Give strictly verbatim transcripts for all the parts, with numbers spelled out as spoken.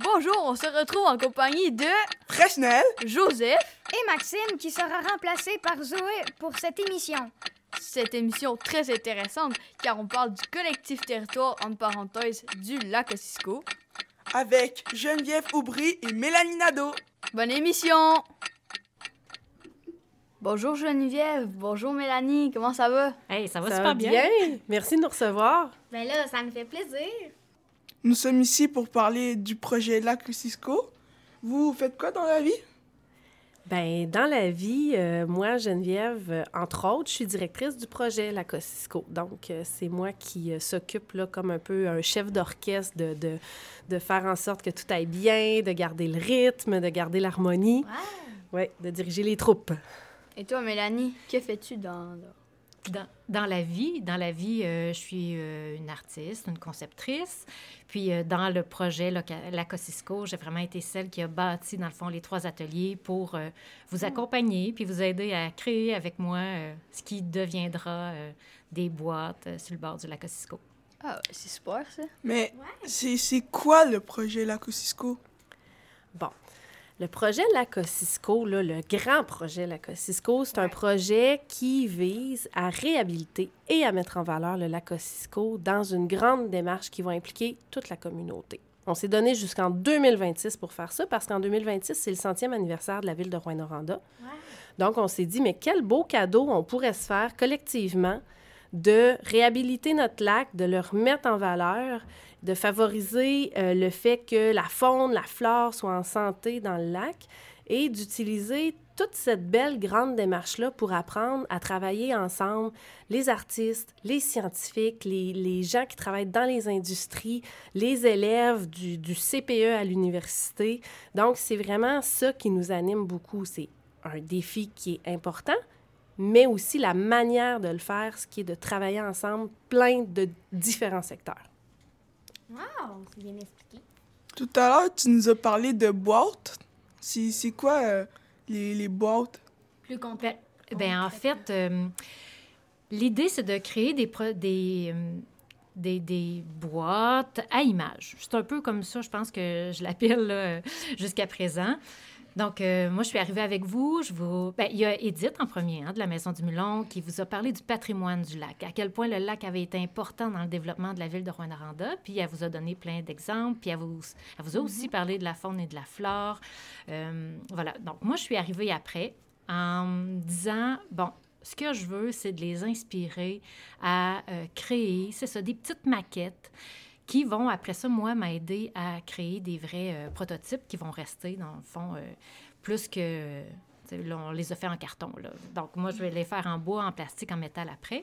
Bonjour, on se retrouve en compagnie de Fresnel, Joseph et Maxime qui sera remplacé par Zoé pour cette émission. Cette émission très intéressante car on parle du collectif territoire entre parenthèses du lac Ossisco avec Geneviève Aubry et Mélanie Nadeau. Bonne émission! Bonjour Geneviève, bonjour Mélanie, comment ça va? Hey, ça va Ça super va bien. bien. Merci de nous recevoir. Ben là, ça me fait plaisir. Nous sommes ici pour parler du projet Lac Ossisco. Vous faites quoi dans la vie? Ben dans la vie, euh, moi, Geneviève, euh, entre autres, je suis directrice du projet Lac Ossisco. Donc, euh, c'est moi qui euh, s'occupe là, comme un peu un chef d'orchestre de, de, de faire en sorte que tout aille bien, de garder le rythme, de garder l'harmonie. Wow. Oui, de diriger les troupes. Et toi Mélanie, que fais-tu dans... Dans, dans la vie, dans la vie, euh, je suis euh, une artiste, une conceptrice. Puis euh, dans le projet Loca- Lac Ossisco, j'ai vraiment été celle qui a bâti, dans le fond, les trois ateliers pour euh, vous accompagner puis vous aider à créer avec moi euh, ce qui deviendra euh, des boîtes euh, sur le bord du Lac Ossisco. Ah, c'est super ça. Mais c'est, c'est quoi le projet Lac Ossisco? Bon. Le projet Lac Ossisco, là, le grand projet Lac Ossisco, c'est un projet qui vise à réhabiliter et à mettre en valeur le lac Ossisco dans une grande démarche qui va impliquer toute la communauté. On s'est donné jusqu'en deux mille vingt-six pour faire ça, parce qu'en deux mille vingt-six, c'est le centième anniversaire de la ville de Rouyn-Noranda. Ouais. Donc, on s'est dit, mais quel beau cadeau on pourrait se faire collectivement de réhabiliter notre lac, de le remettre en valeur, de favoriser euh, le fait que la faune, la flore soient en santé dans le lac et d'utiliser toute cette belle grande démarche-là pour apprendre à travailler ensemble, les artistes, les scientifiques, les, les gens qui travaillent dans les industries, les élèves du, du C P E à l'université. Donc, c'est vraiment ça qui nous anime beaucoup. C'est un défi qui est important, mais aussi la manière de le faire, ce qui est de travailler ensemble plein de différents secteurs. Wow, c'est bien expliqué. Tout à l'heure, tu nous as parlé de boîtes. C'est, c'est quoi euh, les, les boîtes? Plus complet. Ben, ben en fait, euh, l'idée, c'est de créer des, pro- des, euh, des, des boîtes à images. C'est un peu comme ça, je pense que je l'appelle là, jusqu'à présent. Donc, euh, moi, je suis arrivée avec vous. Je vous... Ben, il y a Édith, en premier, hein, de la Maison du Moulon, qui vous a parlé du patrimoine du lac, à quel point le lac avait été important dans le développement de la ville de Rouyn-Noranda. Puis, elle vous a donné plein d'exemples. Puis, elle vous, elle vous a aussi mm-hmm. parlé de la faune et de la flore. Euh, voilà. Donc, moi, je suis arrivée après en me disant, bon, ce que je veux, c'est de les inspirer à euh, créer, c'est ça, des petites maquettes qui vont, après ça, moi, m'aider à créer des vrais euh, prototypes qui vont rester, dans le fond, euh, plus que... Là, on les a fait en carton, là. Donc, moi, je vais les faire en bois, en plastique, en métal après.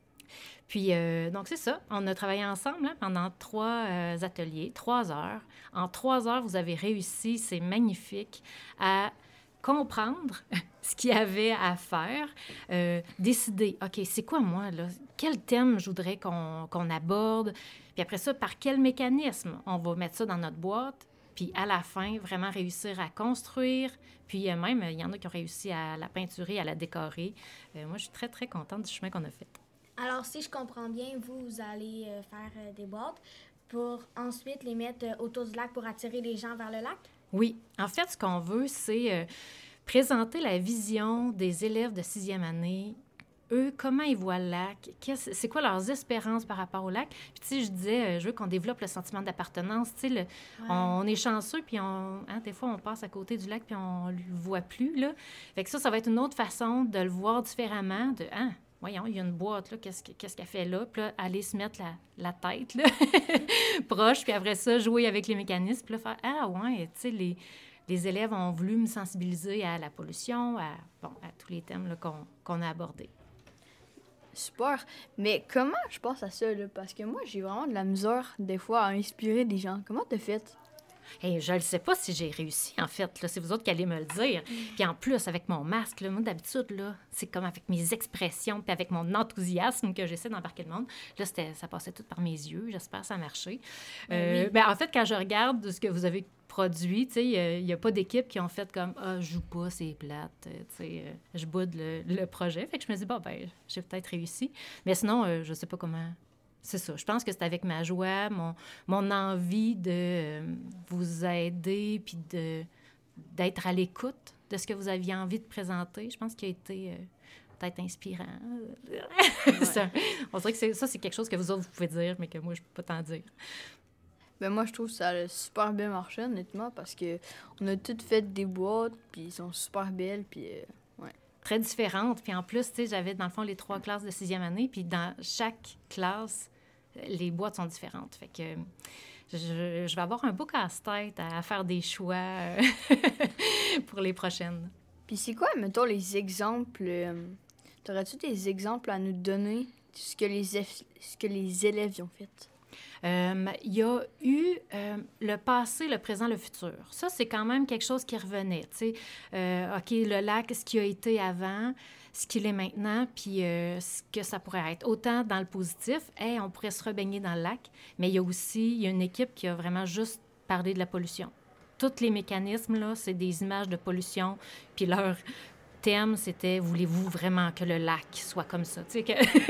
Puis, euh, donc, c'est ça. On a travaillé ensemble hein, pendant trois euh, ateliers, trois heures. En trois heures, vous avez réussi, c'est magnifique, à comprendre ce qu'il y avait à faire, euh, décider, OK, c'est quoi moi, là? Quel thème je voudrais qu'on, qu'on aborde? Puis après ça, par quel mécanisme on va mettre ça dans notre boîte? Puis à la fin, vraiment réussir à construire. Puis euh, même, il y en a qui ont réussi à la peinturer, à la décorer. Euh, moi, je suis très, très contente du chemin qu'on a fait. Alors, si je comprends bien, vous, vous allez euh, faire euh, des boîtes pour ensuite les mettre euh, autour du lac pour attirer les gens vers le lac? Oui. En fait, ce qu'on veut, c'est euh, présenter la vision des élèves de sixième année. Eux, comment ils voient le lac? Qu'est-ce, c'est quoi leurs espérances par rapport au lac? Puis, tu sais, je disais, euh, je veux qu'on développe le sentiment d'appartenance. Tu sais, le, ouais. on, on est chanceux, puis on, hein, des fois, on passe à côté du lac, puis on ne le voit plus, là. Fait que ça, ça va être une autre façon de le voir différemment, de, hein, voyons, il y a une boîte, là, qu'est-ce, qu'est-ce qu'elle fait là? Puis là, aller se mettre la, la tête, là, proche, puis après ça, jouer avec les mécanismes, puis là, faire, ah, ouais, tu sais, les... Les élèves ont voulu me sensibiliser à la pollution, à, bon, à tous les thèmes là, qu'on, qu'on a abordés. Super. Mais comment je pense à ça, là? Parce que moi, j'ai vraiment de la misère, des fois, à inspirer des gens. Comment t'as fait? Hey, je ne sais pas si j'ai réussi, en fait. Là, c'est vous autres qui allez me le dire. Mm. Puis en plus, avec mon masque, là, moi, d'habitude, là, c'est comme avec mes expressions puis avec mon enthousiasme que j'essaie d'embarquer le monde. Là, c'était, ça passait tout par mes yeux. J'espère que ça a marché. Euh, oui. ben, en fait, quand je regarde ce que vous avez produit, tu sais, il n'y a, a pas d'équipe qui ont fait comme « Ah, je joue pas, c'est plate. » Tu sais, euh, je boude le, le projet. Fait que je me dis « Bon, ben, j'ai peut-être réussi. » Mais sinon, euh, je sais pas comment... c'est ça. Je pense que c'est avec ma joie, mon, mon envie de euh, vous aider puis de, d'être à l'écoute de ce que vous aviez envie de présenter. Je pense qu'il a été... Euh, peut-être inspirant. Ouais. ça, on dirait que c'est, ça, c'est quelque chose que vous autres, vous pouvez dire, mais que moi, je ne peux pas t'en dire. Ben moi, je trouve que ça a super bien marché, honnêtement, parce que on a toutes fait des boîtes, puis ils sont super belles, puis euh, ouais. Très différentes. Puis en plus, tu sais, j'avais, dans le fond, les trois classes de sixième année, puis dans chaque classe, les boîtes sont différentes. Fait que je, je vais avoir un beau casse-tête à faire des choix euh, pour les prochaines. Puis c'est quoi, mettons, les exemples... Euh, t'aurais-tu des exemples à nous donner de ce que les, eff- ce que les élèves y ont fait? Euh, il y a eu euh, le passé, le présent, le futur. Ça, c'est quand même quelque chose qui revenait, tu sais. Euh, OK, le lac, ce qui a été avant, ce qu'il est maintenant, puis euh, ce que ça pourrait être. Autant dans le positif, hey, on pourrait se rebaigner dans le lac, mais il y a aussi, il y a une équipe qui a vraiment juste parlé de la pollution. Tous les mécanismes, là, c'est des images de pollution, puis leur thème, c'était « Voulez-vous vraiment que le lac soit comme ça? » Tu sais,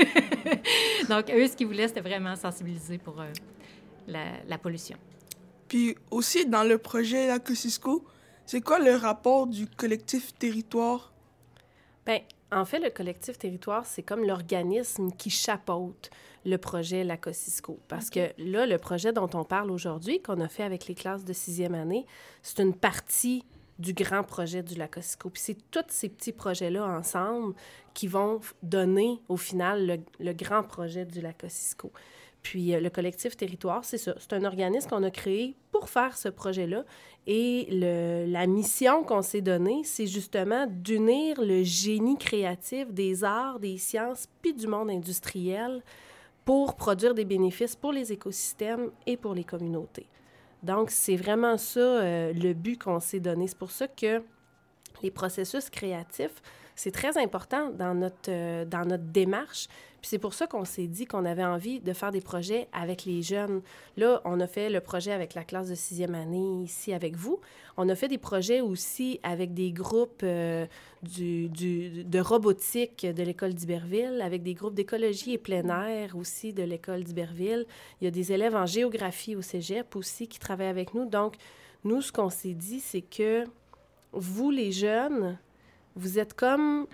que... Donc, eux, ce qu'ils voulaient, c'était vraiment sensibiliser pour euh, la, la pollution. Puis aussi, dans le projet Lac Kosciuszko, c'est quoi le rapport du collectif Territoire? Bien, en fait, le collectif Territoire, c'est comme l'organisme qui chapeaute le projet Lac Kosciuszko. Parce okay. que là, le projet dont on parle aujourd'hui, qu'on a fait avec les classes de sixième année, c'est une partie du grand projet du Lac Kosciuszko. Puis c'est tous ces petits projets-là ensemble qui vont donner, au final, le, le grand projet du Lac Kosciuszko. Puis euh, le collectif Territoire, c'est ça. C'est un organisme qu'on a créé pour faire ce projet-là. Et le, la mission qu'on s'est donnée, c'est justement d'unir le génie créatif des arts, des sciences, puis du monde industriel pour produire des bénéfices pour les écosystèmes et pour les communautés. Donc, c'est vraiment ça euh, le but qu'on s'est donné. C'est pour ça que les processus créatifs, c'est très important dans notre, euh, dans notre démarche. Puis c'est pour ça qu'on s'est dit qu'on avait envie de faire des projets avec les jeunes. Là, on a fait le projet avec la classe de sixième année ici avec vous. On a fait des projets aussi avec des groupes euh, du, du, de robotique de l'École d'Iberville, avec des groupes d'écologie et plein air aussi de l'École d'Iberville. Il y a des élèves en géographie au cégep aussi qui travaillent avec nous. Donc, nous, ce qu'on s'est dit, c'est que vous, les jeunes, vous êtes comme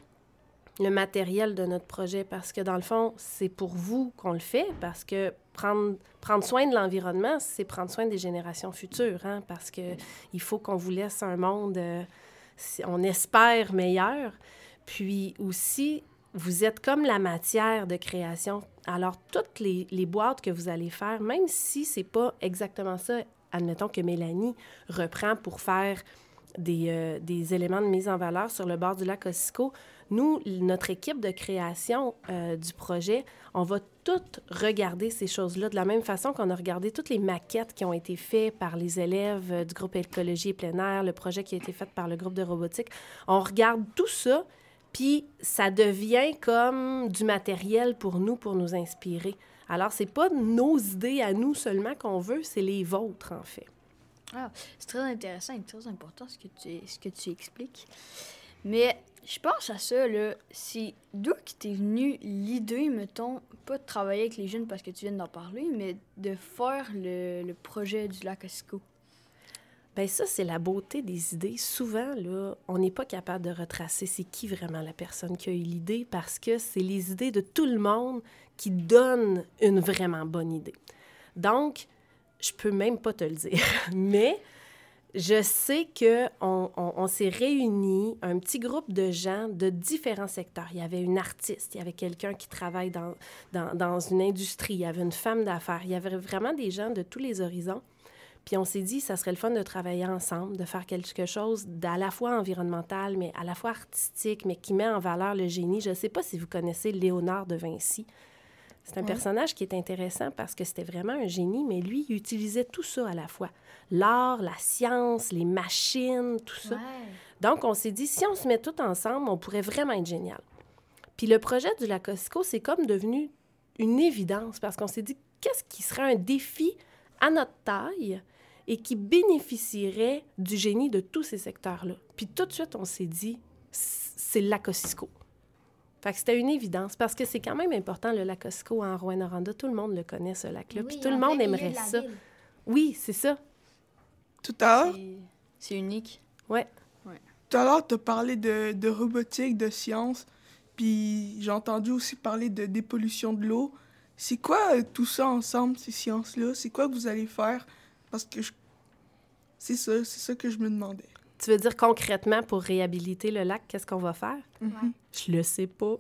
le matériel de notre projet parce que, dans le fond, c'est pour vous qu'on le fait parce que prendre, prendre soin de l'environnement, c'est prendre soin des générations futures, hein, parce qu'il faut qu'on vous laisse un monde, euh, on espère, meilleur. Puis aussi, vous êtes comme la matière de création. Alors, toutes les, les boîtes que vous allez faire, même si c'est pas exactement ça, admettons que Mélanie reprend pour faire des, euh, des éléments de mise en valeur sur le bord du lac Kosciuszko, nous, notre équipe de création euh, du projet, on va toutes regarder ces choses-là de la même façon qu'on a regardé toutes les maquettes qui ont été faites par les élèves euh, du groupe Écologie et plein air, le projet qui a été fait par le groupe de robotique. On regarde tout ça, puis ça devient comme du matériel pour nous, pour nous inspirer. Alors, c'est pas nos idées à nous seulement qu'on veut, c'est les vôtres, en fait. Ah, c'est très intéressant et très important ce que tu, ce que tu expliques. Mais je pense à ça, là, c'est d'où qui t'est venue l'idée, mettons, pas de travailler avec les jeunes parce que tu viens d'en parler, mais de faire le, le projet du lac Kosciuszko? Bien, ça, c'est la beauté des idées. Souvent, là, on n'est pas capable de retracer c'est qui vraiment la personne qui a eu l'idée parce que c'est les idées de tout le monde qui donnent une vraiment bonne idée. Donc, je peux même pas te le dire, mais je sais qu'on on, on s'est réunis, un petit groupe de gens de différents secteurs. Il y avait une artiste, il y avait quelqu'un qui travaille dans, dans, dans une industrie, il y avait une femme d'affaires, il y avait vraiment des gens de tous les horizons. Puis on s'est dit, ça serait le fun de travailler ensemble, de faire quelque chose d'à la fois environnemental, mais à la fois artistique, mais qui met en valeur le génie. Je ne sais pas si vous connaissez Léonard de Vinci. C'est un ouais. personnage qui est intéressant parce que c'était vraiment un génie, mais lui, il utilisait tout ça à la fois. L'art, la science, les machines, tout ça. Ouais. Donc, on s'est dit, si on se met tout ensemble, on pourrait vraiment être génial. Puis le projet du lac Kosciuszko, c'est comme devenu une évidence parce qu'on s'est dit, qu'est-ce qui serait un défi à notre taille et qui bénéficierait du génie de tous ces secteurs-là? Puis tout de suite, on s'est dit, c'est le lac Kosciuszko. Fait que c'était une évidence, parce que c'est quand même important, le lac Costco en Rouyn-Noranda. Tout le monde le connaît, ce lac-là. Oui, Puis tout le en monde plein milieu aimerait de la ça. ville. Oui, c'est ça. Tout à l'heure, C'est- C'est unique. Ouais. tout à l'heure, tu as parlé de, de robotique, de science, puis j'ai entendu aussi parler de dépollution de l'eau. C'est quoi euh, tout ça ensemble, ces sciences-là? C'est quoi que vous allez faire? Parce que je... c'est ça, c'est ça que je me demandais. Tu veux dire concrètement, pour réhabiliter le lac, qu'est-ce qu'on va faire? Ouais. Je le sais pas.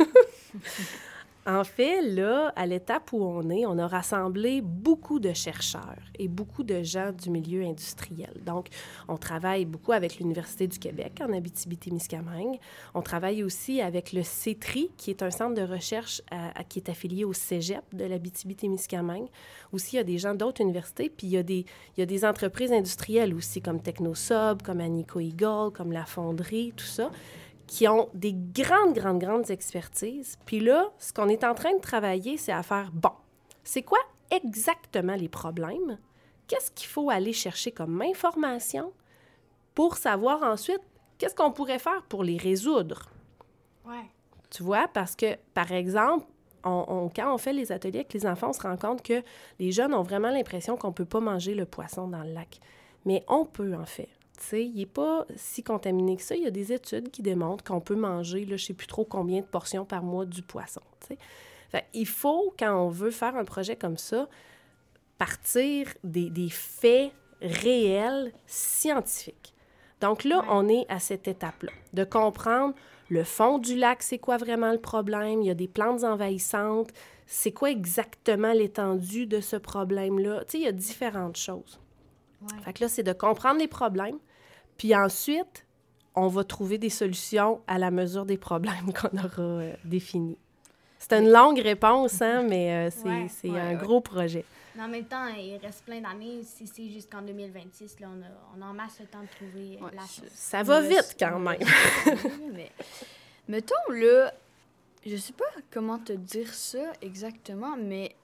En fait, là, à l'étape où on est, on a rassemblé beaucoup de chercheurs et beaucoup de gens du milieu industriel. Donc, on travaille beaucoup avec l'Université du Québec en Abitibi-Témiscamingue. On travaille aussi avec le C E T R I, qui est un centre de recherche à- à- qui est affilié au Cégep de l'Abitibi-Témiscamingue. Aussi, il y a des gens d'autres universités, puis il y a des, il y a des entreprises industrielles aussi, comme Technosob, comme Anico Eagle, comme La Fonderie, tout ça, qui ont des grandes, grandes, grandes expertises. Puis là, ce qu'on est en train de travailler, c'est à faire, bon, c'est quoi exactement les problèmes? Qu'est-ce qu'il faut aller chercher comme information pour savoir ensuite qu'est-ce qu'on pourrait faire pour les résoudre? Ouais. Tu vois, parce que, par exemple, on, on- quand on fait les ateliers avec les enfants, on se rend compte que les jeunes ont vraiment l'impression qu'on ne peut pas manger le poisson dans le lac. Mais on peut, en fait. Tu sais, il n'est pas si contaminé que ça. Il y a des études qui démontrent qu'on peut manger, là, je ne sais plus trop combien de portions par mois du poisson. Tu sais. Fait, il faut, quand on veut faire un projet comme ça, partir des, des faits réels scientifiques. Donc là, Ouais. on est à cette étape-là, de comprendre le fond du lac, c'est quoi vraiment le problème. Il y a des plantes envahissantes. C'est quoi exactement l'étendue de ce problème-là? Tu sais, il y a différentes choses. Ouais. Fait que là, c'est de comprendre les problèmes, puis ensuite, on va trouver des solutions à la mesure des problèmes qu'on aura euh, définis. C'est une longue réponse, hein, mais euh, c'est, Ouais. c'est Ouais, un ouais. gros projet. Mais en même temps, il reste plein d'années. Si c'est jusqu'en deux mille vingt-six, là, on, a, on a en masse le temps de trouver euh, Ouais, la c'est- chose. Ça va Mais vite c'est- quand mais même. c'est- mais mettons là, je sais pas comment te dire ça exactement, mais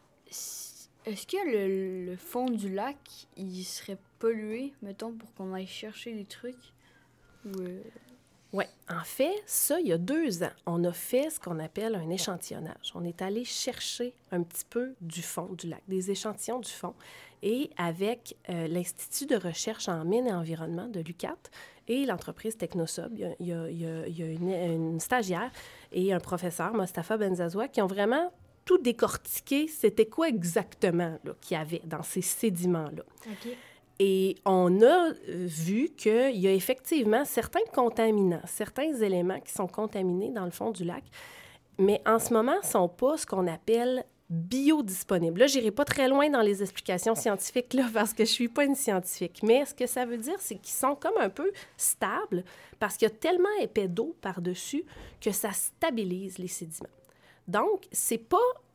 s- est-ce que le, le fond du lac, il serait pollué, mettons, pour qu'on aille chercher des trucs? Ou euh, Oui, en fait, ça, il y a deux ans, on a fait ce qu'on appelle un échantillonnage. On est allé chercher un petit peu du fond du lac, des échantillons du fond. Et avec euh, l'Institut de recherche en mines et environnement de l'U Q A T et l'entreprise Technosob, il y a, il y a- il y a- il y a une, une stagiaire et un professeur, Mostafa Benzazoua, qui ont vraiment tout décortiqué. C'était quoi exactement là, qu'il y avait dans ces sédiments-là. OK. Et on a euh, vu qu'il y a effectivement certains contaminants, certains éléments qui sont contaminés dans le fond du lac, mais en ce moment, ne sont pas ce qu'on appelle biodisponibles. Là, je n'irai pas très loin dans les explications scientifiques, là, parce que je ne suis pas une scientifique. Mais ce que ça veut dire, c'est qu'ils sont comme un peu stables, parce qu'il y a tellement épais d'eau par-dessus que ça stabilise les sédiments. Donc, ce n'est pas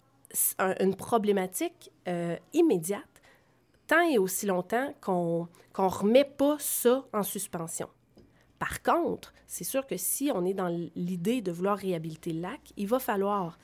un- une problématique euh, immédiate, tant et aussi longtemps qu'on qu'on ne remet pas ça en suspension. Par contre, c'est sûr que si on est dans l'idée de vouloir réhabiliter le lac, il va falloir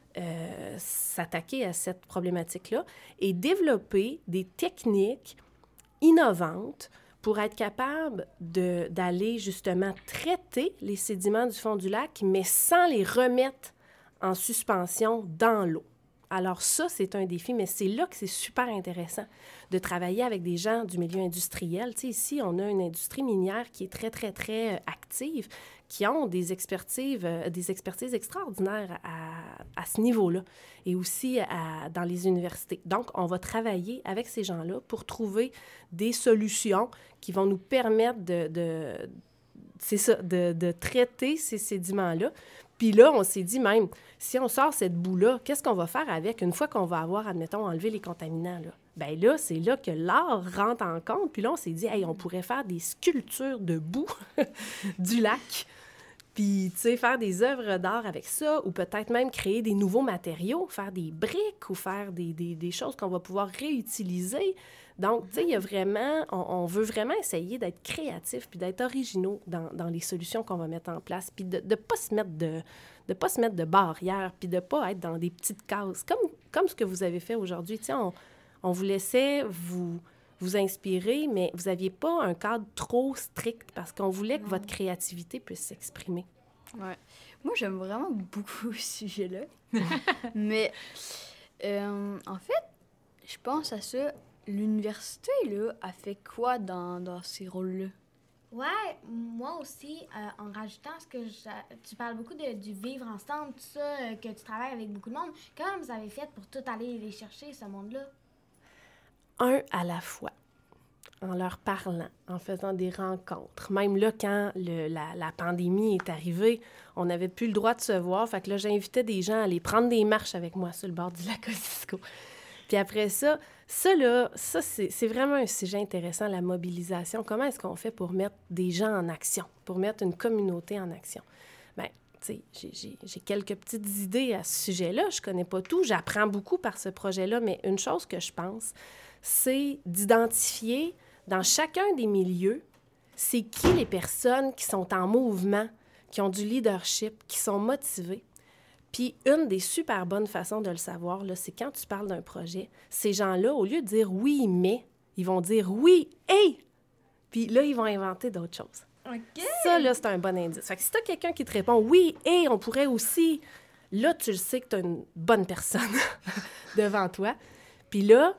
euh, s'attaquer à cette problématique-là et développer des techniques innovantes pour être capable de- d'aller justement traiter les sédiments du fond du lac, mais sans les remettre en suspension dans l'eau. Alors ça, c'est un défi, mais c'est là que c'est super intéressant de travailler avec des gens du milieu industriel. Tu sais, ici, on a une industrie minière qui est très, très, très euh, active, qui ont des expertises, euh, des expertises extraordinaires à, à ce niveau-là et aussi à- dans les universités. Donc, on va travailler avec ces gens-là pour trouver des solutions qui vont nous permettre de, de, c'est ça, de, de traiter ces sédiments-là. Puis là, on s'est dit même, si on sort cette boue-là, qu'est-ce qu'on va faire avec une fois qu'on va avoir, admettons, enlevé les contaminants, là? Bien là, c'est là que l'art rentre en compte. Puis là, on s'est dit, hey, on pourrait faire des sculptures de boue du lac. Puis, tu sais, faire des œuvres d'art avec ça, ou peut-être même créer des nouveaux matériaux, faire des briques ou faire des, des, des choses qu'on va pouvoir réutiliser. Donc, tu sais, il y a vraiment, on, on veut vraiment essayer d'être créatif puis d'être originaux dans, dans les solutions qu'on va mettre en place, puis de ne pas se mettre de de pas se mettre de barrières, puis de pas être dans des petites cases, comme, comme ce que vous avez fait aujourd'hui. Tu sais, on, on vous laissait vous, vous inspirer, mais vous n'aviez pas un cadre trop strict parce qu'on voulait que votre créativité puisse s'exprimer. ouais. Moi, j'aime vraiment beaucoup ce sujet-là. Mais, euh, en fait, je pense à ça. L'université, là, a fait quoi dans, dans ces rôles-là? Ouais, moi aussi, euh, en rajoutant ce que je- tu parles beaucoup de, du vivre ensemble, tout ça, euh, que tu travailles avec beaucoup de monde. Comment vous avez fait pour tout aller les chercher, ce monde-là? Un à la fois, en leur parlant, en faisant des rencontres. Même là, quand le- la, la pandémie est arrivée, on n'avait plus le droit de se voir. Fait que là, j'invitais des gens à aller prendre des marches avec moi sur le bord du lac Kosciuszko. Puis après ça, ça, là, ça, c'est, c'est vraiment un sujet intéressant, la mobilisation. Comment est-ce qu'on fait pour mettre des gens en action, pour mettre une communauté en action? Bien, tu sais, j'ai, j'ai, j'ai quelques petites idées à ce sujet-là. Je connais pas tout. J'apprends beaucoup par ce projet-là, mais une chose que je pense, c'est d'identifier dans chacun des milieux, c'est qui les personnes qui sont en mouvement, qui ont du leadership, qui sont motivées. Puis une des super bonnes façons de le savoir, là, c'est quand tu parles d'un projet, ces gens-là, au lieu de dire « oui, mais », ils vont dire « oui, et ». Puis là, ils vont inventer d'autres choses. OK! Ça, là, c'est un bon indice. Fait que si tu as quelqu'un qui te répond « oui, et on pourrait aussi », là, tu le sais que tu as une bonne personne devant toi. Puis là,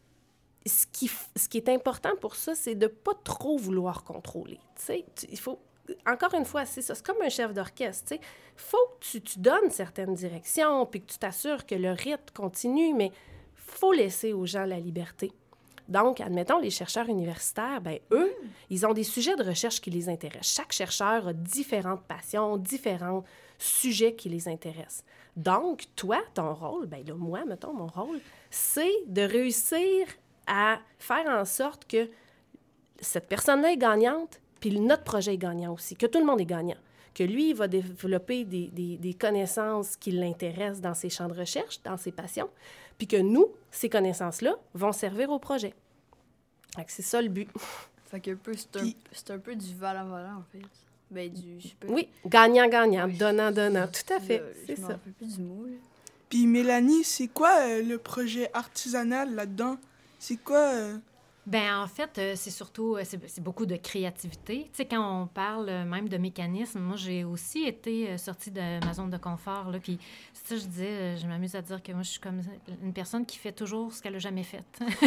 ce qui, f- ce qui est important pour ça, c'est de ne pas trop vouloir contrôler. Tu sais, tu- il faut... Encore une fois, c'est ça. C'est comme un chef d'orchestre, tu sais. Faut que tu, tu donnes certaines directions, puis que tu t'assures que le rythme continue, mais faut laisser aux gens la liberté. Donc, admettons, les chercheurs universitaires, ben eux, ils ont des sujets de recherche qui les intéressent. Chaque chercheur a différentes passions, différents sujets qui les intéressent. Donc, toi, ton rôle, ben là, moi, mettons, mon rôle, c'est de réussir à faire en sorte que cette personne-là est gagnante, puis notre projet est gagnant aussi, que tout le monde est gagnant. Que lui, il va développer des, des, des connaissances qui l'intéressent dans ses champs de recherche, dans ses passions, puis que nous, ces connaissances-là, vont servir au projet. Fait que c'est ça le but. Fait que un peu, c'est un, Puis- c'est un peu du valant-valant, en fait. Ben, du... Je sais pas. Oui, gagnant-gagnant, Oui. donnant-donnant, tout à fait, Là, c'est je me ça. rappelle plus du mot, là. Puis Mélanie, c'est quoi euh, le projet artisanal là-dedans? C'est quoi... euh, Ben en fait, euh, c'est surtout, euh, c'est, c'est beaucoup de créativité. Tu sais, quand on parle euh, même de mécanisme, moi, j'ai aussi été euh, sortie de ma zone de confort, là, puis c'est ça, je disais, euh, je m'amuse à dire que moi, je suis comme une personne qui fait toujours ce qu'elle n'a jamais fait.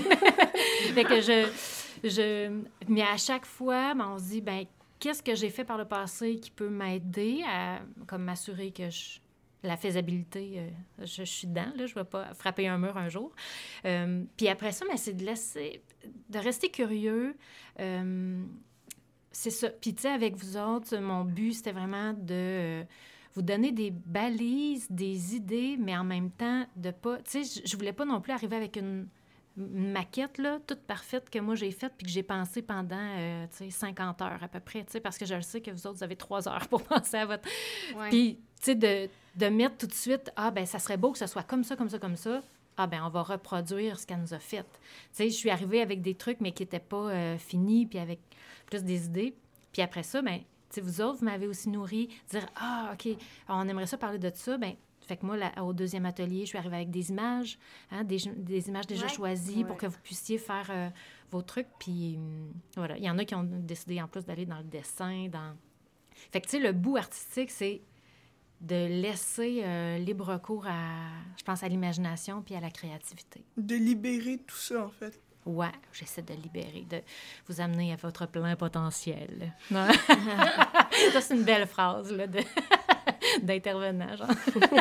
Fait que je, je... Mais à chaque fois, ben, on se dit, ben qu'est-ce que j'ai fait par le passé qui peut m'aider à, comme m'assurer que je... la faisabilité, euh, je, je suis dedans, là, je ne vais pas frapper un mur un jour. Euh, puis après ça, mais c'est de laisser, de rester curieux. Euh, c'est ça. Puis tu sais, avec vous autres, mon but, c'était vraiment de euh, vous donner des balises, des idées, mais en même temps, de pas... Tu sais, je, je voulais pas non plus arriver avec une, une maquette, là, toute parfaite que moi j'ai faite puis que j'ai pensé pendant, euh, tu sais, cinquante heures à peu près, tu sais, parce que je le sais que vous autres, vous avez trois heures pour penser à votre... Ouais. Puis, tu sais, de, de mettre tout de suite, ah, ben ça serait beau que ce soit comme ça, comme ça, comme ça. Ah, ben on va reproduire ce qu'elle nous a fait. Tu sais, je suis arrivée avec des trucs, mais qui n'étaient pas euh, finis, puis avec plus des idées. Puis après ça, ben, tu sais, vous autres, vous m'avez aussi nourri, dire, ah, OK, on aimerait ça parler de ça. Ben, fait que moi, là, au deuxième atelier, je suis arrivée avec des images, hein, des, des images déjà Ouais. choisies Ouais. pour que vous puissiez faire euh, vos trucs. Puis, hum, voilà, il y en a qui ont décidé en plus d'aller dans le dessin, dans... Fait que, tu sais, le bout artistique, c'est de laisser euh, libre cours à, je pense, à l'imagination puis à la créativité. de libérer tout ça, en fait. Ouais, j'essaie de libérer, de vous amener à votre plein potentiel. Non? Ça, c'est une belle phrase, là, de... d'intervenant, genre.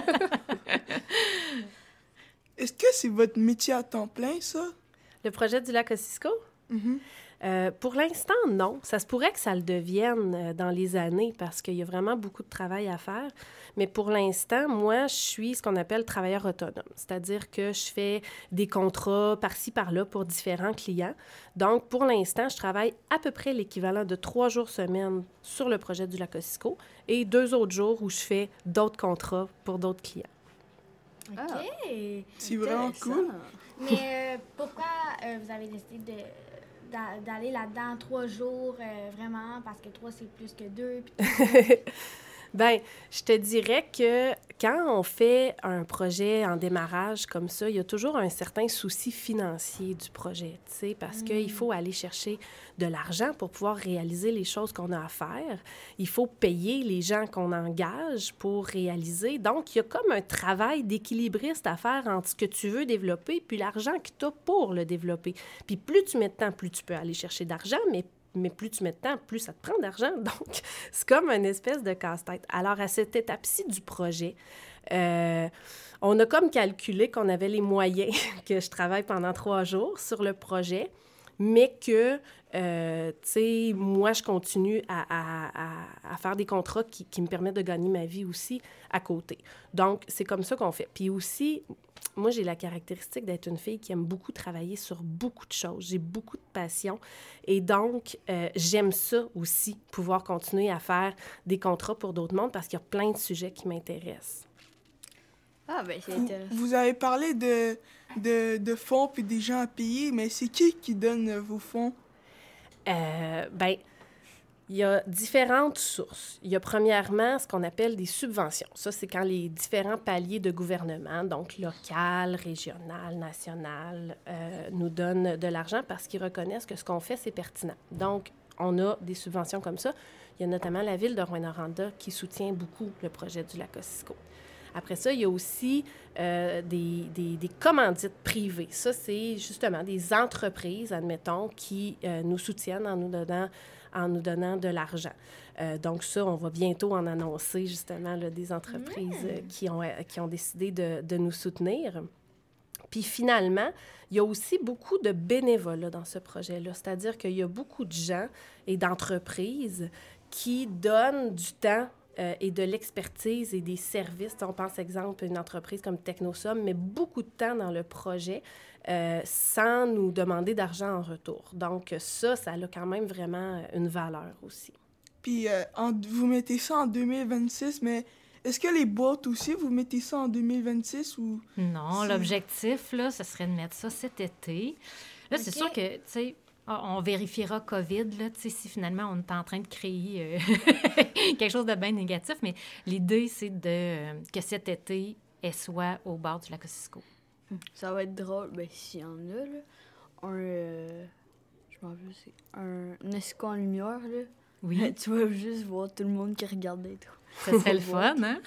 Est-ce que c'est votre métier à temps plein, ça? Le projet du lac Kosciuszko? Mhm. Euh, pour l'instant, non. Ça se pourrait que ça le devienne euh, dans les années parce qu'il y a vraiment beaucoup de travail à faire. Mais pour l'instant, moi, je suis ce qu'on appelle travailleur autonome. C'est-à-dire que je fais des contrats par-ci, par-là pour différents clients. Donc, pour l'instant, je travaille à peu près l'équivalent de trois jours semaine sur le projet du lac Kosciuszko et deux autres jours où je fais d'autres contrats pour d'autres clients. OK. Ah. C'est vraiment Intéressant. cool. Mais euh, pourquoi euh, vous avez décidé de, d'a- d'aller là-dedans trois jours, euh, vraiment? Parce que trois, c'est plus que deux. puis- Bien, je te dirais que quand on fait un projet en démarrage comme ça, il y a toujours un certain souci financier du projet, tu sais, parce mmh. qu'il faut aller chercher de l'argent pour pouvoir réaliser les choses qu'on a à faire. Il faut payer les gens qu'on engage pour réaliser. Donc, il y a comme un travail d'équilibriste à faire entre ce que tu veux développer puis l'argent que tu as pour le développer. Puis plus tu mets de temps, plus tu peux aller chercher d'argent, mais mais plus tu mets de temps, plus ça te prend d'argent. Donc, c'est comme une espèce de casse-tête. Alors, à cette étape-ci du projet, euh, on a comme calculé qu'on avait les moyens que je travaille pendant trois jours sur le projet, mais que, euh, tu sais, moi, je continue à, à, à, à faire des contrats qui, qui me permettent de gagner ma vie aussi à côté. Donc, c'est comme ça qu'on fait. Puis aussi, moi, j'ai la caractéristique d'être une fille qui aime beaucoup travailler sur beaucoup de choses. J'ai beaucoup de passion. Et donc, euh, j'aime ça aussi, pouvoir continuer à faire des contrats pour d'autres mondes parce qu'il y a plein de sujets qui m'intéressent. Ah, ben c'est vous, intéressant. Vous avez parlé de, de, de fonds puis des gens à payer, mais c'est qui qui donne vos fonds? Euh, ben, il y a différentes sources. Il y a premièrement ce qu'on appelle des subventions. Ça, c'est quand les différents paliers de gouvernement, donc local, régional, national, euh, nous donnent de l'argent parce qu'ils reconnaissent que ce qu'on fait, c'est pertinent. Donc, on a des subventions comme ça. Il y a notamment la ville de Rouyn-Noranda qui soutient beaucoup le projet du lac Ossisco. Après ça, il y a aussi euh, des, des, des commandites privées. Ça, c'est justement des entreprises, admettons, qui euh, nous soutiennent en nous donnant, en nous donnant de l'argent. Euh, donc ça, on va bientôt en annoncer, justement, là, des entreprises mmh. euh, qui, ont, euh, qui ont décidé de, de nous soutenir. Puis finalement, il y a aussi beaucoup de bénévolat dans ce projet-là. C'est-à-dire qu'il y a beaucoup de gens et d'entreprises qui donnent du temps Euh, et de l'expertise et des services. On pense, exemple, à une entreprise comme Technosomme, met beaucoup de temps dans le projet euh, sans nous demander d'argent en retour. Donc ça, ça a quand même vraiment une valeur aussi. Puis euh, en, vous mettez ça en deux mille vingt-six, mais est-ce que les boîtes aussi, vous mettez ça en deux mille vingt-six ou... Non, c'est... l'objectif, là, ce serait de mettre ça cet été. Là, okay. C'est sûr que, tu sais, on vérifiera COVID, là, tu sais, si finalement on est en train de créer euh, quelque chose de bien négatif, mais l'idée, c'est de, euh, que cet été, elle soit au bord du lac Ossisco. Ça va être drôle, ben s'il y en a, là, un, euh, je m'en rappelle, c'est un, un escon en lumière, là. Oui. Tu vas juste voir tout le monde qui regardait et tout. Ça serait le fun, hein?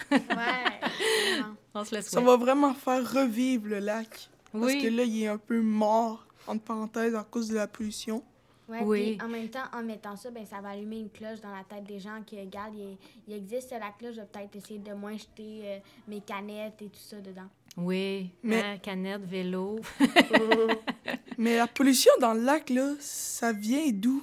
Ouais, on se le souhaite. Ça va vraiment faire revivre le lac. Oui. Parce que là, il est un peu mort, entre parenthèses, à cause de la pollution. Ouais, oui. Puis en même temps, en mettant ça, ben, ça va allumer une cloche dans la tête des gens qui regardent. Il, il existe ce lac-là, je vais peut-être essayer de moins jeter euh, mes canettes et tout ça dedans. Oui, mais... hein, canettes, vélo. Mais la pollution dans le lac, là, ça vient d'où?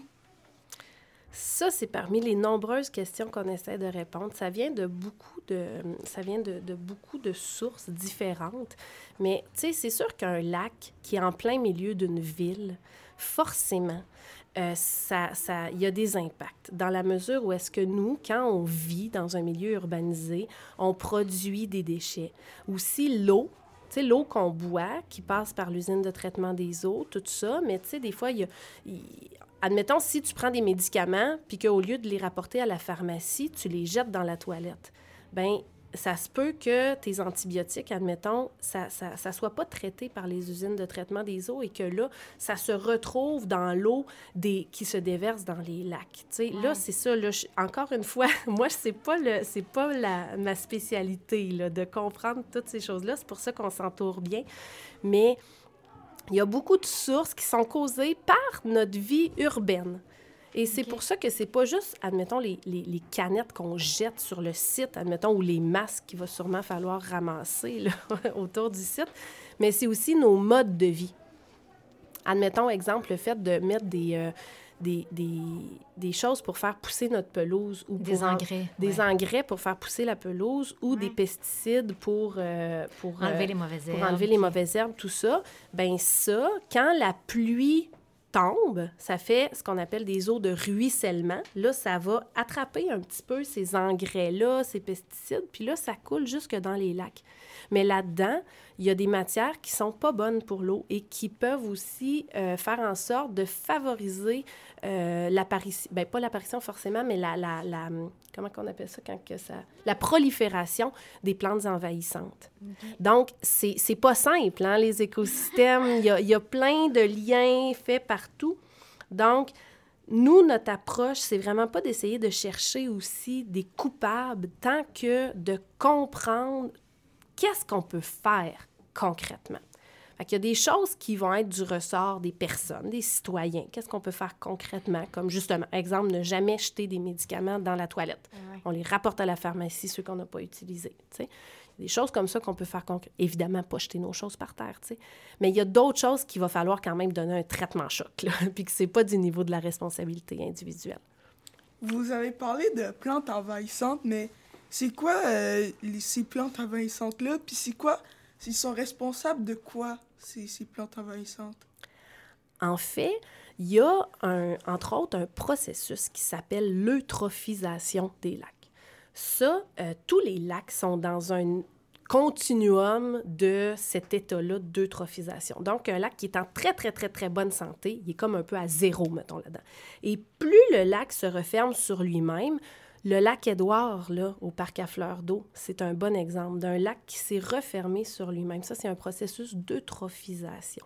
Ça, c'est parmi les nombreuses questions qu'on essaie de répondre. Ça vient de beaucoup de, ça vient de, de beaucoup de sources différentes. Mais, tu sais, c'est sûr qu'un lac qui est en plein milieu d'une ville, forcément, euh, ça, ça, il y a des impacts. Dans la mesure où est-ce que nous, quand on vit dans un milieu urbanisé, on produit des déchets. Aussi, l'eau. Tu sais, l'eau qu'on boit, qui passe par l'usine de traitement des eaux, tout ça, mais tu sais, des fois, il y a... Il, admettons, si tu prends des médicaments, puis qu'au lieu de les rapporter à la pharmacie, tu les jettes dans la toilette, bien, ça se peut que tes antibiotiques, admettons, ça ça, ça soit pas traité par les usines de traitement des eaux et que là, ça se retrouve dans l'eau des, qui se déverse dans les lacs. Tu sais, ouais. Là, c'est ça. Là, je, encore une fois, moi, c'est pas, le, c'est pas la, ma spécialité là, de comprendre toutes ces choses-là. C'est pour ça qu'on s'entoure bien. Mais... il y a beaucoup de sources qui sont causées par notre vie urbaine. Et c'est okay. pour ça que c'est pas juste, admettons, les, les, les canettes qu'on jette sur le site, admettons, ou les masques qu'il va sûrement falloir ramasser là, autour du site, mais c'est aussi nos modes de vie. Admettons, exemple, le fait de mettre des... Euh, Des, des, des choses pour faire pousser notre pelouse. Ou des pour engrais. En, des ouais. engrais pour faire pousser la pelouse ou ouais. des pesticides pour... Euh, pour enlever euh, les mauvaises herbes. Pour enlever les mauvaises herbes, tout ça. Bien ça, quand la pluie tombe, ça fait ce qu'on appelle des eaux de ruissellement. Là, ça va attraper un petit peu ces engrais-là, ces pesticides, puis là, ça coule jusque dans les lacs. Mais là-dedans, il y a des matières qui sont pas bonnes pour l'eau et qui peuvent aussi euh, faire en sorte de favoriser euh, l'apparition, ben pas l'apparition forcément, mais la, la, la comment on appelle ça quand que ça, la prolifération des plantes envahissantes. Okay. Donc, c'est, c'est pas simple, hein, les écosystèmes, il y a, il y a plein de liens faits partout. Donc, nous, notre approche, c'est vraiment pas d'essayer de chercher aussi des coupables tant que de comprendre qu'est-ce qu'on peut faire concrètement. Fait qu'il y a des choses qui vont être du ressort des personnes, des citoyens. Qu'est-ce qu'on peut faire concrètement? Comme justement, exemple, ne jamais jeter des médicaments dans la toilette. Ouais. On les rapporte à la pharmacie, ceux qu'on n'a pas utilisés. T'sais. Des choses comme ça qu'on peut faire concrètement. Évidemment, pas jeter nos choses par terre, t'sais. Mais il y a d'autres choses qu'il va falloir quand même donner un traitement choc, là, puis que c'est pas du niveau de la responsabilité individuelle. Vous avez parlé de plantes envahissantes, mais c'est quoi euh, les, ces plantes envahissantes-là? Puis c'est quoi? Ils sont responsables de quoi, ces, ces plantes envahissantes? En fait, il y a, un, entre autres, un processus qui s'appelle l'eutrophisation des lacs. Ça, euh, tous les lacs sont dans un continuum de cet état-là d'eutrophisation. Donc, un lac qui est en très, très, très, très bonne santé, il est comme un peu à zéro, mettons, là-dedans. Et plus le lac se referme sur lui-même, le lac Édouard, là, au parc à fleurs d'eau, c'est un bon exemple d'un lac qui s'est refermé sur lui-même. Ça, c'est un processus d'eutrophisation.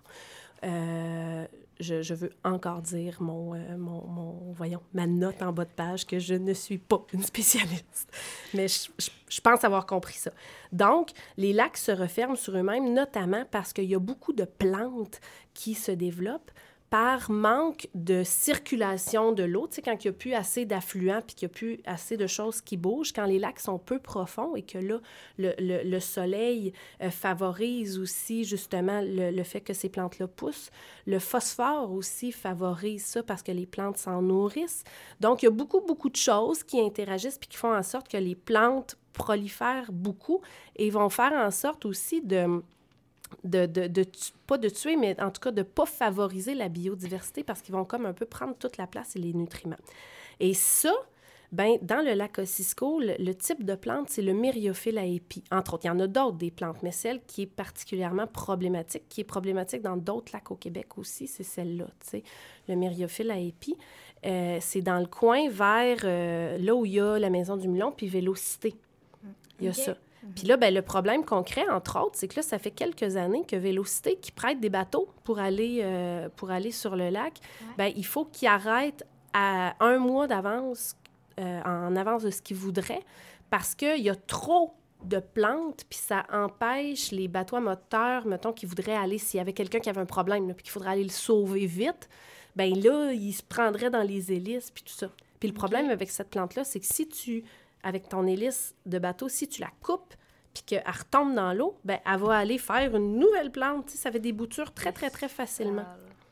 Euh, je, je veux encore dire mon, euh, mon, mon, voyons, ma note en bas de page que je ne suis pas une spécialiste. Mais je, je, je pense avoir compris ça. Donc, les lacs se referment sur eux-mêmes, notamment parce qu'il y a beaucoup de plantes qui se développent par manque de circulation de l'eau. Tu sais, quand il n'y a plus assez d'affluents puis qu'il n'y a plus assez de choses qui bougent, quand les lacs sont peu profonds et que là, le, le, le soleil euh, favorise aussi justement le, le fait que ces plantes-là poussent. Le phosphore aussi favorise ça parce que les plantes s'en nourrissent. Donc, il y a beaucoup, beaucoup de choses qui interagissent puis qui font en sorte que les plantes prolifèrent beaucoup et vont faire en sorte aussi de... De, de, de, pas de tuer, mais en tout cas de ne pas favoriser la biodiversité parce qu'ils vont comme un peu prendre toute la place et les nutriments. Et ça, ben dans le lac Kosciuszko, le, le type de plante, c'est le myriophylle à épis. Entre autres, il y en a d'autres des plantes, mais celle qui est particulièrement problématique, qui est problématique dans d'autres lacs au Québec aussi, c'est celle-là, tu sais, le myriophylle à épis. Euh, c'est dans le coin vers euh, là où il y a la Maison du Moulon puis Vélocité. Il y a okay. ça. Puis là, ben, le problème concret, entre autres, c'est que là, ça fait quelques années que Vélocité, qui prête des bateaux pour aller, euh, pour aller sur le lac, ouais. ben, il faut qu'ils arrêtent à un mois d'avance, euh, en avance de ce qu'ils voudraient, parce qu'il y a trop de plantes, puis ça empêche les bateaux à moteur, mettons, qui voudraient aller, s'il y avait quelqu'un qui avait un problème, là, puis qu'il faudrait aller le sauver vite, bien là, ils se prendraient dans les hélices, puis tout ça. Puis le problème okay. avec cette plante-là, c'est que si tu... avec ton hélice de bateau, si tu la coupes puis qu'elle retombe dans l'eau, bien, elle va aller faire une nouvelle plante. Tu sais, ça fait des boutures très, très, très facilement.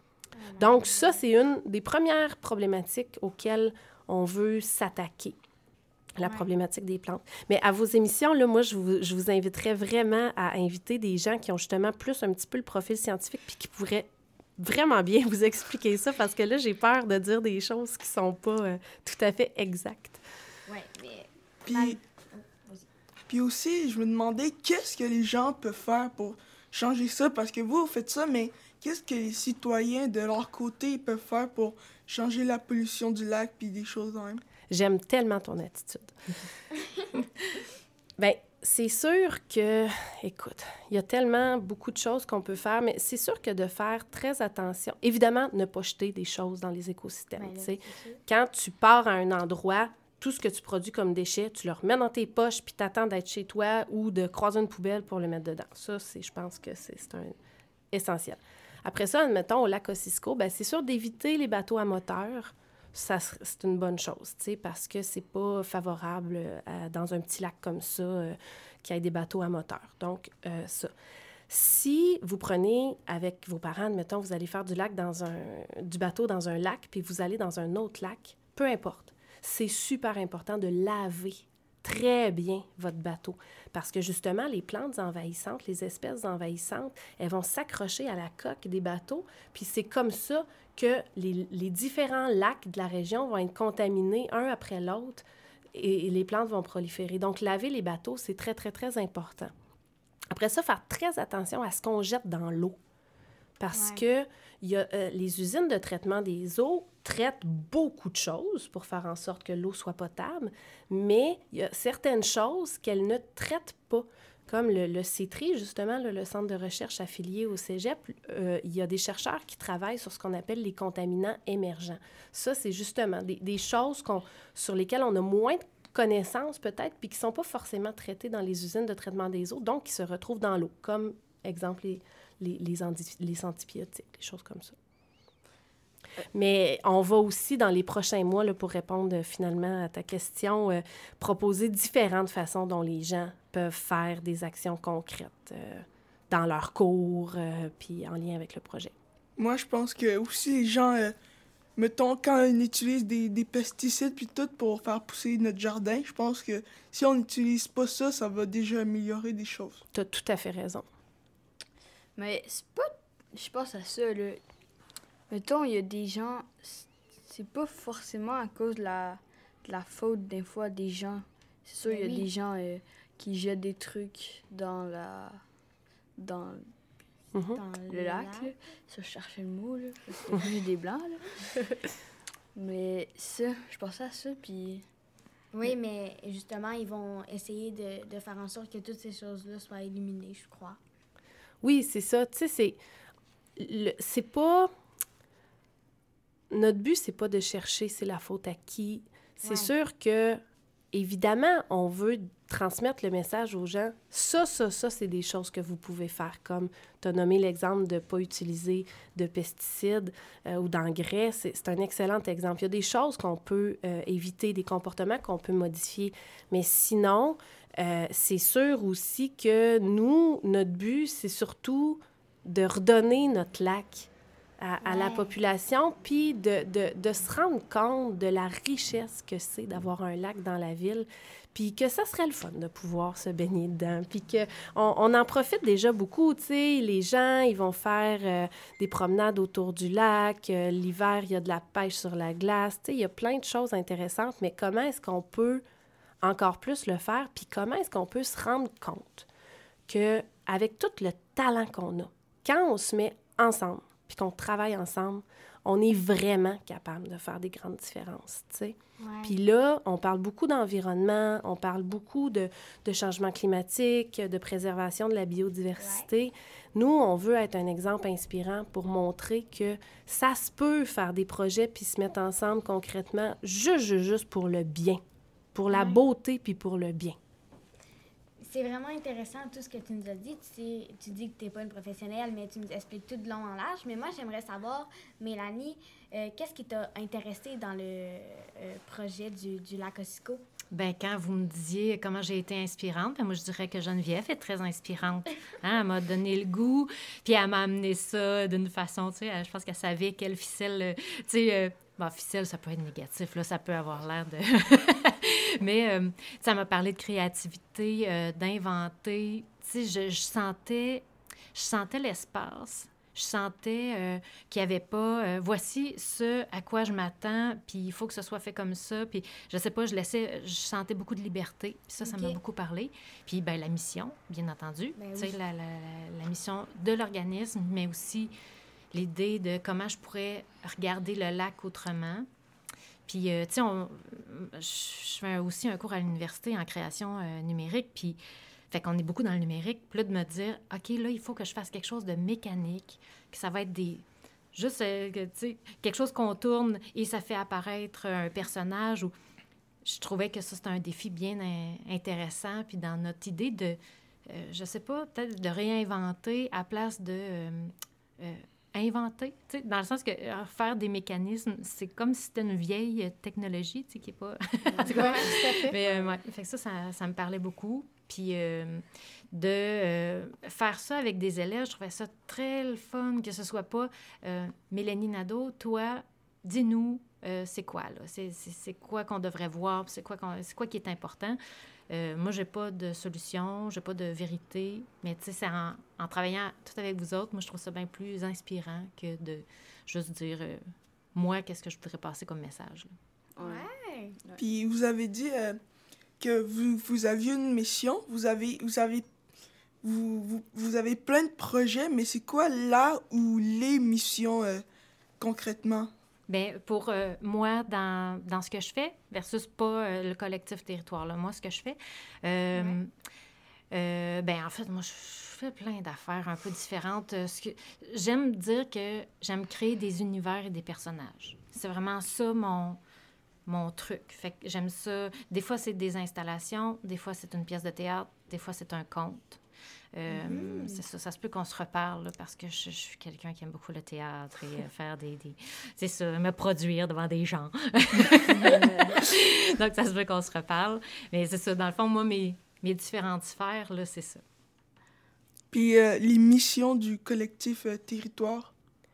Donc, ça, c'est une des premières problématiques auxquelles on veut s'attaquer, la ouais. problématique des plantes. Mais à vos émissions, là, moi, je vous, je vous inviterais vraiment à inviter des gens qui ont justement plus un petit peu le profil scientifique puis qui pourraient vraiment bien vous expliquer ça parce que là, j'ai peur de dire des choses qui sont pas euh, tout à fait exactes. Oui, mais... Puis, puis aussi, je me demandais qu'est-ce que les gens peuvent faire pour changer ça, parce que vous, vous faites ça, mais qu'est-ce que les citoyens, de leur côté, peuvent faire pour changer la pollution du lac puis des choses de même? J'aime tellement ton attitude. Bien, c'est sûr que, écoute, il y a tellement beaucoup de choses qu'on peut faire, mais c'est sûr que de faire très attention. Évidemment, ne pas jeter des choses dans les écosystèmes. Tu sais, quand tu pars à un endroit, tout ce que tu produis comme déchets, tu le remets dans tes poches puis t'attends d'être chez toi ou de croiser une poubelle pour le mettre dedans. Ça, c'est, je pense que c'est, c'est un essentiel. Après ça, admettons, au lac Kosciuszko, bien, c'est sûr d'éviter les bateaux à moteur. Ça, c'est une bonne chose, tu sais, parce que c'est pas favorable à, dans un petit lac comme ça euh, qu'il y ait des bateaux à moteur. Donc, euh, ça. Si vous prenez avec vos parents, admettons, vous allez faire du lac dans un, du bateau dans un lac puis vous allez dans un autre lac, peu importe. C'est super important de laver très bien votre bateau parce que justement, les plantes envahissantes, les espèces envahissantes, elles vont s'accrocher à la coque des bateaux, puis c'est comme ça que les, les différents lacs de la région vont être contaminés un après l'autre et, et les plantes vont proliférer. Donc, laver les bateaux, c'est très, très, très important. Après ça, faire très attention à ce qu'on jette dans l'eau. Parce Ouais. que il y a, euh, les usines de traitement des eaux traitent beaucoup de choses pour faire en sorte que l'eau soit potable, mais il y a certaines choses qu'elles ne traitent pas. Comme le, le C T R I, justement, là, le centre de recherche affilié au cégep, euh, il y a des chercheurs qui travaillent sur ce qu'on appelle les contaminants émergents. Ça, c'est justement des, des choses qu'on, sur lesquelles on a moins de connaissances peut-être, puis qui ne sont pas forcément traitées dans les usines de traitement des eaux, donc qui se retrouvent dans l'eau, comme, exemple, les, les, les, andi- les antibiotiques, des choses comme ça. Mais on va aussi, dans les prochains mois, là, pour répondre euh, finalement à ta question, euh, proposer différentes façons dont les gens peuvent faire des actions concrètes euh, dans leurs cours, euh, puis en lien avec le projet. Moi, je pense que aussi les gens, euh, mettons, quand on utilise des, des pesticides puis tout pour faire pousser notre jardin, je pense que si on n'utilise pas ça, ça va déjà améliorer des choses. Tu as tout à fait raison. Mais c'est pas. Je pense à ça, là. Mettons, il y a des gens. c'est- C'est pas forcément à cause de la, de la faute, des fois, des gens. C'est sûr, il y a Ben oui. des gens euh, qui jettent des trucs dans la. Dans Mhm. Dans le lac, là. Ça, je cherchais le mot, là. Parce que j'ai des blancs, là. Mais ça, je pensais à ça, puis. Oui, mais justement, ils vont essayer de, de faire en sorte que toutes ces choses-là soient éliminées, je crois. Oui, c'est ça. Tu sais, c'est... le- c'est pas... Notre but, c'est pas de chercher c'est la faute à qui. C'est Ouais. sûr que, évidemment, on veut transmettre le message aux gens. Ça, ça, ça, c'est des choses que vous pouvez faire. Comme tu as nommé l'exemple de ne pas utiliser de pesticides euh, ou d'engrais. C'est, c'est un excellent exemple. Il y a des choses qu'on peut euh, éviter, des comportements qu'on peut modifier. Mais sinon, euh, c'est sûr aussi que nous, notre but, c'est surtout de redonner notre lac à, à la Ouais. population, puis de, de, de se rendre compte de la richesse que c'est d'avoir un lac dans la ville, puis que ça serait le fun de pouvoir se baigner dedans, puis qu'on on en profite déjà beaucoup, tu sais, les gens, ils vont faire euh, des promenades autour du lac, euh, l'hiver, il y a de la pêche sur la glace, tu sais, il y a plein de choses intéressantes, mais comment est-ce qu'on peut encore plus le faire, puis comment est-ce qu'on peut se rendre compte qu'avec tout le talent qu'on a, quand on se met ensemble, puis qu'on travaille ensemble, on est vraiment capable de faire des grandes différences, tu sais. Ouais. Puis là, on parle beaucoup d'environnement, on parle beaucoup de, de changement climatique, de préservation de la biodiversité. Nous, on veut être un exemple inspirant pour montrer que ça se peut faire des projets puis se mettre ensemble concrètement juste, juste, juste pour le bien, pour la Ouais. beauté puis pour le bien. C'est vraiment intéressant tout ce que tu nous as dit. Tu, sais, tu dis que tu n'es pas une professionnelle, mais tu nous expliques tout de long en large. Mais moi, j'aimerais savoir, Mélanie, euh, qu'est-ce qui t'a intéressé dans le euh, projet du, du lac Ossiko? Ben quand vous me disiez comment j'ai été inspirante, ben moi, je dirais que Geneviève est très inspirante. Hein, elle m'a donné le goût, puis elle m'a amené ça d'une façon, tu sais, elle- je pense qu'elle savait quelle ficelle, euh, tu sais, euh, bon, ficelle, ça peut être négatif, là, ça peut avoir l'air de... Mais euh, ça m'a parlé de créativité, euh, d'inventer. Tu sais, je, je sentais, je sentais l'espace. Je sentais euh, qu'il n'y avait pas... euh, voici ce à quoi je m'attends, puis il faut que ce soit fait comme ça. Puis je sais pas, je laissais... Je sentais beaucoup de liberté. Puis ça, ça OK. m'a beaucoup parlé. Puis ben la mission, bien entendu. Ben Tu sais, oui. la, la, la, la mission de l'organisme, mais aussi l'idée de comment je pourrais regarder le lac autrement. Puis, euh, tu sais, on- je fais aussi un cours à l'université en création euh, numérique, puis fait qu'on est beaucoup dans le numérique. Puis là, de me dire, OK, là, il faut que je fasse quelque chose de mécanique, que ça va être des... Juste, euh, que, tu sais, quelque chose qu'on tourne et ça fait apparaître un personnage. Ou... Je trouvais que ça, c'était un défi bien in- intéressant. Puis dans notre idée de, euh, je sais pas, peut-être de réinventer à place de... euh, euh, inventer, tu sais, dans le sens que euh, faire des mécanismes, c'est comme si c'était une vieille euh, technologie, tu sais, qui est pas... En tout cas, mais euh, ouais, fait que ça, ça, ça me parlait beaucoup. Puis euh, de euh, faire ça avec des élèves, je trouvais ça très le fun, que ce soit pas euh, Mélanie Nadeau, toi, dis-nous, euh, c'est quoi, là? C'est, c'est, c'est quoi qu'on devrait voir, puis c'est quoi, qu'on, c'est quoi qui est important. Euh, moi, j'ai pas de solution, j'ai pas de vérité, mais tu sais, c'est en, en travaillant tout avec vous autres, moi, je trouve ça bien plus inspirant que de juste dire, euh, moi, qu'est-ce que je voudrais passer comme message, là. Ouais. Puis vous avez dit euh, que vous, vous aviez une mission, vous avez, vous avez, vous, vous, vous avez plein de projets, mais c'est quoi là ou les missions euh, concrètement? Bien, pour euh, moi, dans, dans ce que je fais, versus pas euh, le collectif territoire, là, moi, ce que je fais, euh, Ouais. euh, ben en fait, moi, je fais plein d'affaires un peu différentes. Euh, ce que, j'aime dire que j'aime créer des univers et des personnages. C'est vraiment ça, mon, mon truc. Fait que j'aime ça. Des fois, c'est des installations, des fois, c'est une pièce de théâtre, des fois, c'est un conte. Euh, Mhm. C'est ça, ça se peut qu'on se reparle là, parce que je, je suis quelqu'un qui aime beaucoup le théâtre et euh, faire des, des... C'est ça, me produire devant des gens. Donc, ça se peut qu'on se reparle. Mais c'est ça, dans le fond, moi, mes, mes différentes sphères, là, c'est ça. Puis euh, les missions du collectif euh, territoire?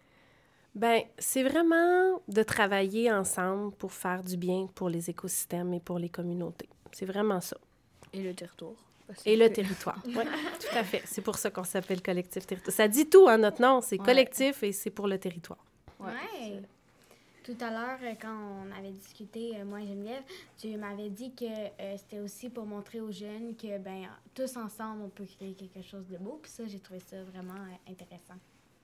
Ben, c'est vraiment de travailler ensemble pour faire du bien pour les écosystèmes et pour les communautés. C'est vraiment ça. Et le territoire. Parce Et le que- territoire. Oui, tout à fait. C'est pour ça qu'on s'appelle collectif territoire. Ça dit tout, hein, notre nom. C'est Ouais. collectif et c'est pour le territoire. Ouais. Ouais. Tout à l'heure, euh, quand on avait discuté, euh, moi et Geneviève, tu m'avais dit que euh, c'était aussi pour montrer aux jeunes que, ben, tous ensemble, on peut créer quelque chose de beau. Puis ça, j'ai trouvé ça vraiment euh, intéressant.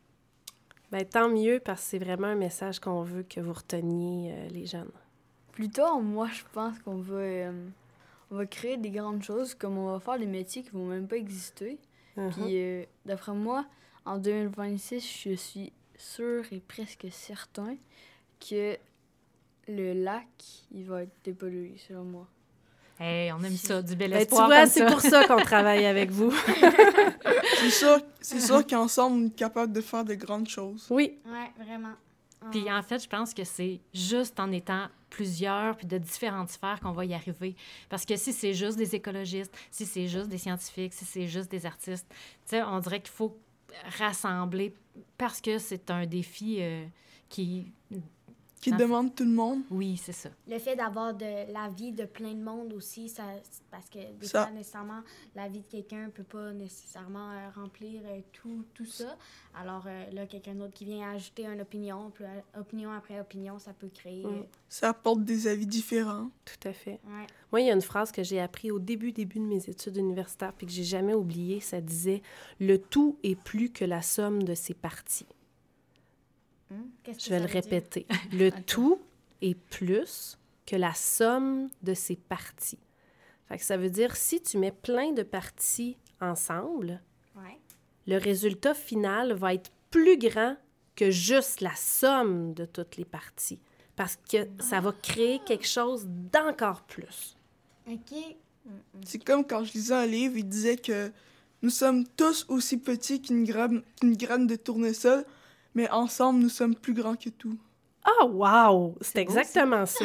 Ben, tant mieux, parce que c'est vraiment un message qu'on veut que vous reteniez, euh, les jeunes. Plus tard, moi, je pense qu'on va, euh, on va créer des grandes choses, comme on va faire des métiers qui vont même pas exister. Mhm. Puis, euh, d'après moi, en deux mille vingt-six, je suis sûr et presque certain que le lac, il va être dépollué, selon moi. Hey, on aime ça, du bel Ben, tu espoir vois, comme c'est ça. pour ça qu'on travaille avec vous. C'est sûr, c'est sûr qu'ensemble, on est capable de faire de grandes choses. Oui. Ouais, vraiment. Puis en fait, je pense que c'est juste en étant plusieurs puis de différentes sphères qu'on va y arriver. Parce que si c'est juste des écologistes, si c'est juste des scientifiques, si c'est juste des artistes, tu sais, on dirait qu'il faut rassembler parce que c'est un défi euh, qui... Qui En demande tout le monde. Oui, c'est ça. Le fait d'avoir de l'avis de plein de monde aussi, ça, c'est parce que des Ça- fois, nécessairement, l'avis de quelqu'un ne peut pas nécessairement euh, remplir euh, tout, tout ça. Alors euh, là, quelqu'un d'autre qui vient ajouter une opinion, puis euh, opinion après opinion, ça peut créer... Mm. euh, Ça apporte des avis différents. Tout à fait. ouais. Moi, il y a une phrase que j'ai appris au début, début de mes études universitaires puis que j'ai jamais oubliée. Ça disait « Le tout est plus que la somme de ses parties ». Qu'est-ce Je que vais ça le veut dire? répéter. Le tout est plus que la somme de ses parties. Fait que ça veut dire, si tu mets plein de parties ensemble, Ouais. le résultat final va être plus grand que juste la somme de toutes les parties. Parce que ça va créer quelque chose d'encore plus. OK. C'est comme quand je lisais un livre, il disait que nous sommes tous aussi petits qu'une graine, qu'une graine de tournesol, mais ensemble, nous sommes plus grands que tout. Ah, wow! C'est beau, exactement ça.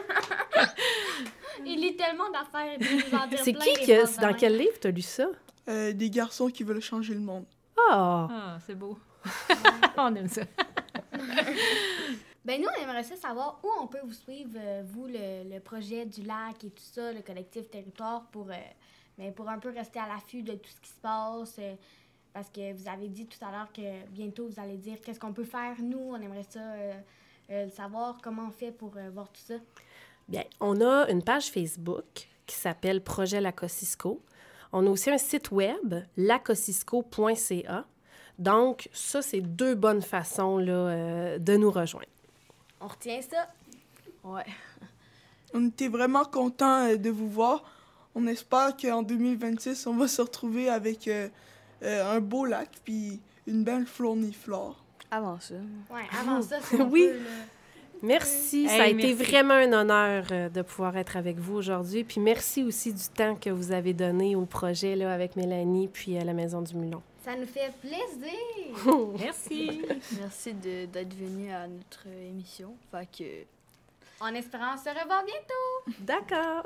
Il lit tellement d'affaires. il peut nous en dire C'est plein, qui des que... phrases c'est de dans même. quel livre t'as lu ça? Euh, des garçons qui veulent changer le monde. Ah! Ah, c'est beau. On aime ça. Ben nous, on aimerait ça savoir où on peut vous suivre, euh, vous, le, le projet du lac et tout ça, le collectif territoire, pour, euh, ben, pour un peu rester à l'affût de tout ce qui se passe. euh, parce que vous avez dit tout à l'heure que bientôt, vous allez dire qu'est-ce qu'on peut faire. Nous, on aimerait ça euh, euh, savoir comment on fait pour euh, voir tout ça. Bien, on a une page Facebook qui s'appelle Projet Lacosisco. On a aussi un site web, lacosisco point c a. Donc, ça, c'est deux bonnes façons là, euh, de nous rejoindre. On retient ça. Ouais. On était vraiment contents euh, de vous voir. On espère qu'en deux mille vingt-six, on va se retrouver avec euh, euh, un beau lac puis une belle flore-ni-flore. Avant ça. Ouais, avant ça, c'est Oui. un peu, là, Merci. Hey, ça a été merci. vraiment un honneur euh, de pouvoir être avec vous aujourd'hui. Puis merci aussi du temps que vous avez donné au projet là, avec Mélanie puis à la Maison du Moulon. ça nous fait plaisir. Merci. Merci de- d'être venu à notre émission. Fait que En espérant se revoir bientôt. D'accord.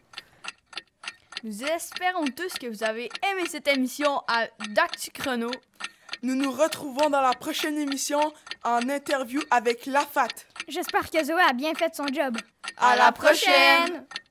nous espérons tous que vous avez aimé cette émission à d'Actu Chrono. Nous nous retrouvons dans la prochaine émission en interview avec Lafat. J'espère que Zoé a bien fait son job. À la prochaine!